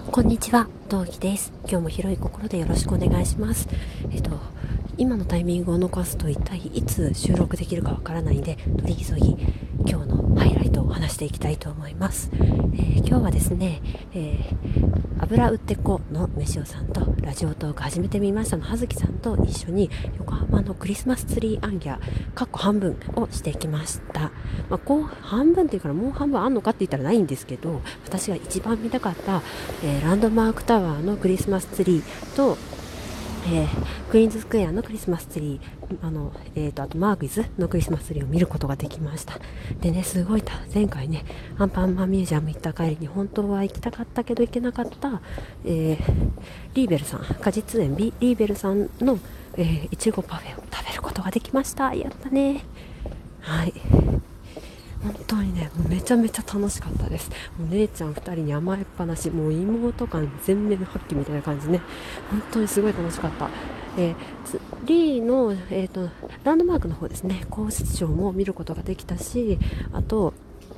こんにちは、陶器です。今日も広い心でよろしくお願いします。今のタイミングを逃すと一体いつ収録できるかわからないんで、取り急ぎ今日のハイライトを話していきたいと思います。今日はですね、油売ってこの飯尾さんとラジオトーク始めてみましたの葉月さんと一緒に横浜のクリスマスツリーアンギャ半分をしてきました。こう半分っていうからもう半分あんのかって言ったらないんですけど、私が一番見たかった、ランドマークタワーのクリスマスツリーと、クイーンズスクエアのクリスマスツリー、あとマークイズのクリスマスツリーを見ることができました。でね、すごい前回ね、アンパンマンミュージアム行った帰りに本当は行きたかったけど行けなかった、リーベルさん、果実園リーベルさんの、いちごパフェを食べることができました。やったね。はい。本当にね、もうめちゃめちゃ楽しかったです。もう姉ちゃん2人に甘えっぱなし、もう妹感全面発揮みたいな感じね。本当にすごい楽しかった。ツリーの、ランドマークの方ですね、公式ショーも見ることができたし、あと、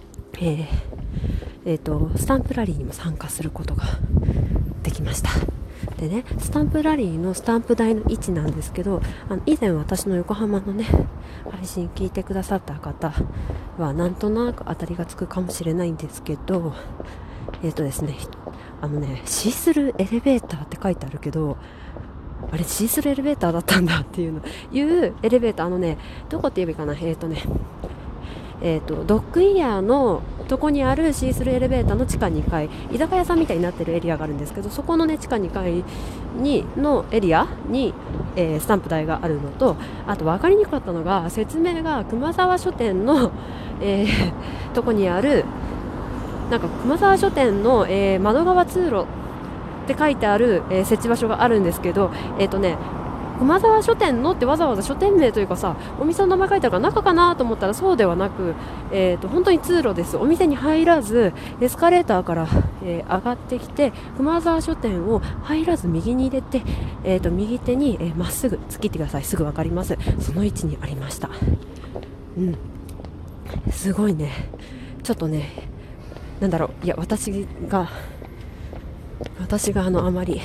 スタンプラリーにも参加することができました。でね、スタンプラリーのスタンプ台の位置なんですけど、以前私の横浜のね配信聞いてくださった方はなんとなく当たりがつくかもしれないんですけど、ですね、シースルーエレベーターって書いてあるけど、あれシースルーエレベーターだったんだっていうエレベーター、どこって言えばいいかな、ドッグイヤーのとこにあるシースルーエレベーターの地下2階、居酒屋さんみたいになってるエリアがあるんですけど、そこのね地下2階のエリアに、スタンプ台があるのと、あと分かりにくかったのが説明が熊沢書店の、とこにある熊沢書店の、窓側通路って書いてある、設置場所があるんですけど、熊沢書店のってわざわざ書店名というかさ、お店の名前書いてあるから中かなと思ったらそうではなく、本当に通路です。お店に入らずエスカレーターから、上がってきて熊沢書店を入らず右に入れて、右手にま、っすぐ突きってください。すぐ分かります。その位置にありました。すごいね。ちょっとね、いや私があまり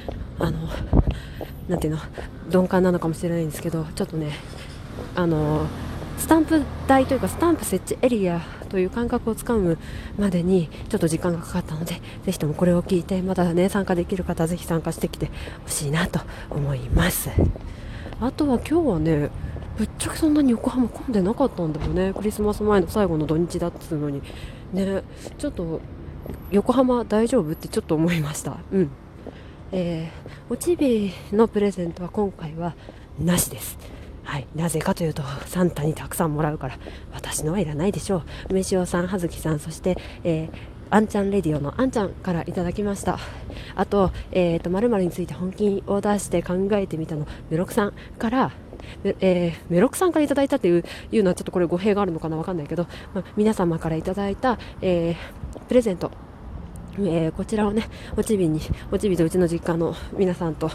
なんていうの、鈍感なのかもしれないんですけど、ちょっとね、スタンプ台というかスタンプ設置エリアという感覚をつかむまでにちょっと時間がかかったので、ぜひともこれを聞いてまだね参加できる方はぜひ参加してきてほしいなと思います。あとは今日はね、ぶっちゃけそんなに横浜混んでなかったんだよね。クリスマス前の最後の土日だっつうのにね、ちょっと横浜大丈夫ってちょっと思いました。おちびのプレゼントは今回はなしです。はい、なぜかというとサンタにたくさんもらうから、私のはいらないでしょう。梅塩さん、葉月さん、そして、あんちゃんレディオのあんちゃんからいただきました。あと、〇〇について本気を出して考えてみたのメロクさんからメロクさんからいただいたというのはちょっとこれ語弊があるのかな、わかんないけど、皆様からいただいた、プレゼント、こちらをね、おちびとうちの実家の皆さんと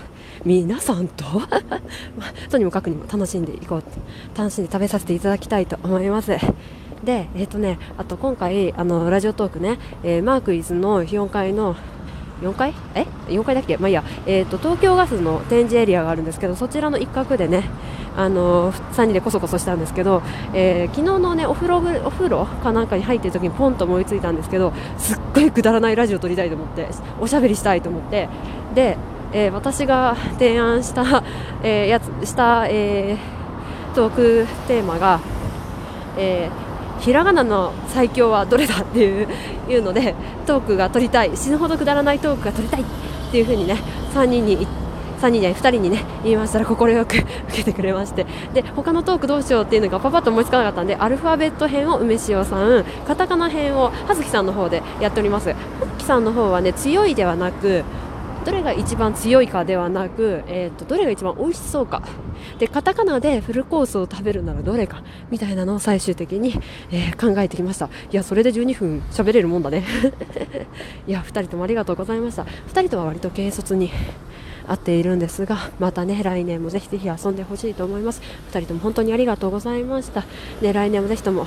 とにもかくにも楽しんで食べさせていただきたいと思います。で、あと今回ラジオトークね、マークイズの4階の4階だっけ、東京ガスの展示エリアがあるんですけど、そちらの一角でね、3人でこそこそしたんですけど、昨日のねお風呂かなんかに入ってる時にポンと思いついたんですけど、すっごいくだらないラジオ撮りたいと思って、おしゃべりしたいと思って、で、私が提案した、トークテーマが、ひらがなの最強はどれだっていうので、トークが取りたい、死ぬほどくだらないトークが取りたいっていう風にね、2人にね言いましたら快く受けてくれまして、で他のトークどうしようっていうのがパパッと思いつかなかったんで、アルファベット編を梅塩さん、カタカナ編を葉月さんの方でやっております。葉月さんの方はね、強いではなく、どれが一番強いかではなく、どれが一番美味しそうかで、カタカナでフルコースを食べるならどれかみたいなのを最終的に、考えてきました。いや、それで12分喋れるもんだねいや、2人ともありがとうございました。2人とは割と軽率に会っているんですが、またね来年もぜひぜひ遊んでほしいと思います。2人とも本当にありがとうございました。ね、来年もぜひとも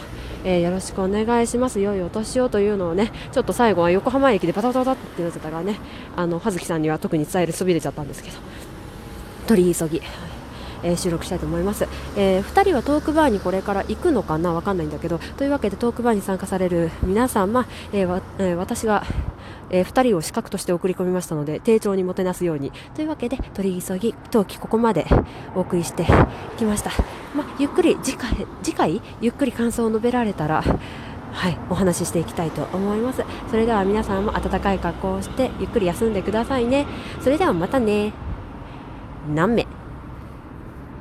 よろしくお願いします。良いお年をというのをね、ちょっと最後は横浜駅でバタバタバタってなってたからね、葉月さんには特に伝えるそびれちゃったんですけど、取り急ぎ、収録したいと思います。2人はトークバーにこれから行くのかな、わかんないんだけど、というわけでトークバーに参加される皆様、私が、2人を資格として送り込みましたので、丁重にもてなすようにというわけで、取り急ぎ当期ここまでお送りしてきました。ゆっくり次回ゆっくり感想を述べられたら、はい、お話ししていきたいと思います。それでは皆さんも暖かい格好をしてゆっくり休んでくださいね。それではまたね。何名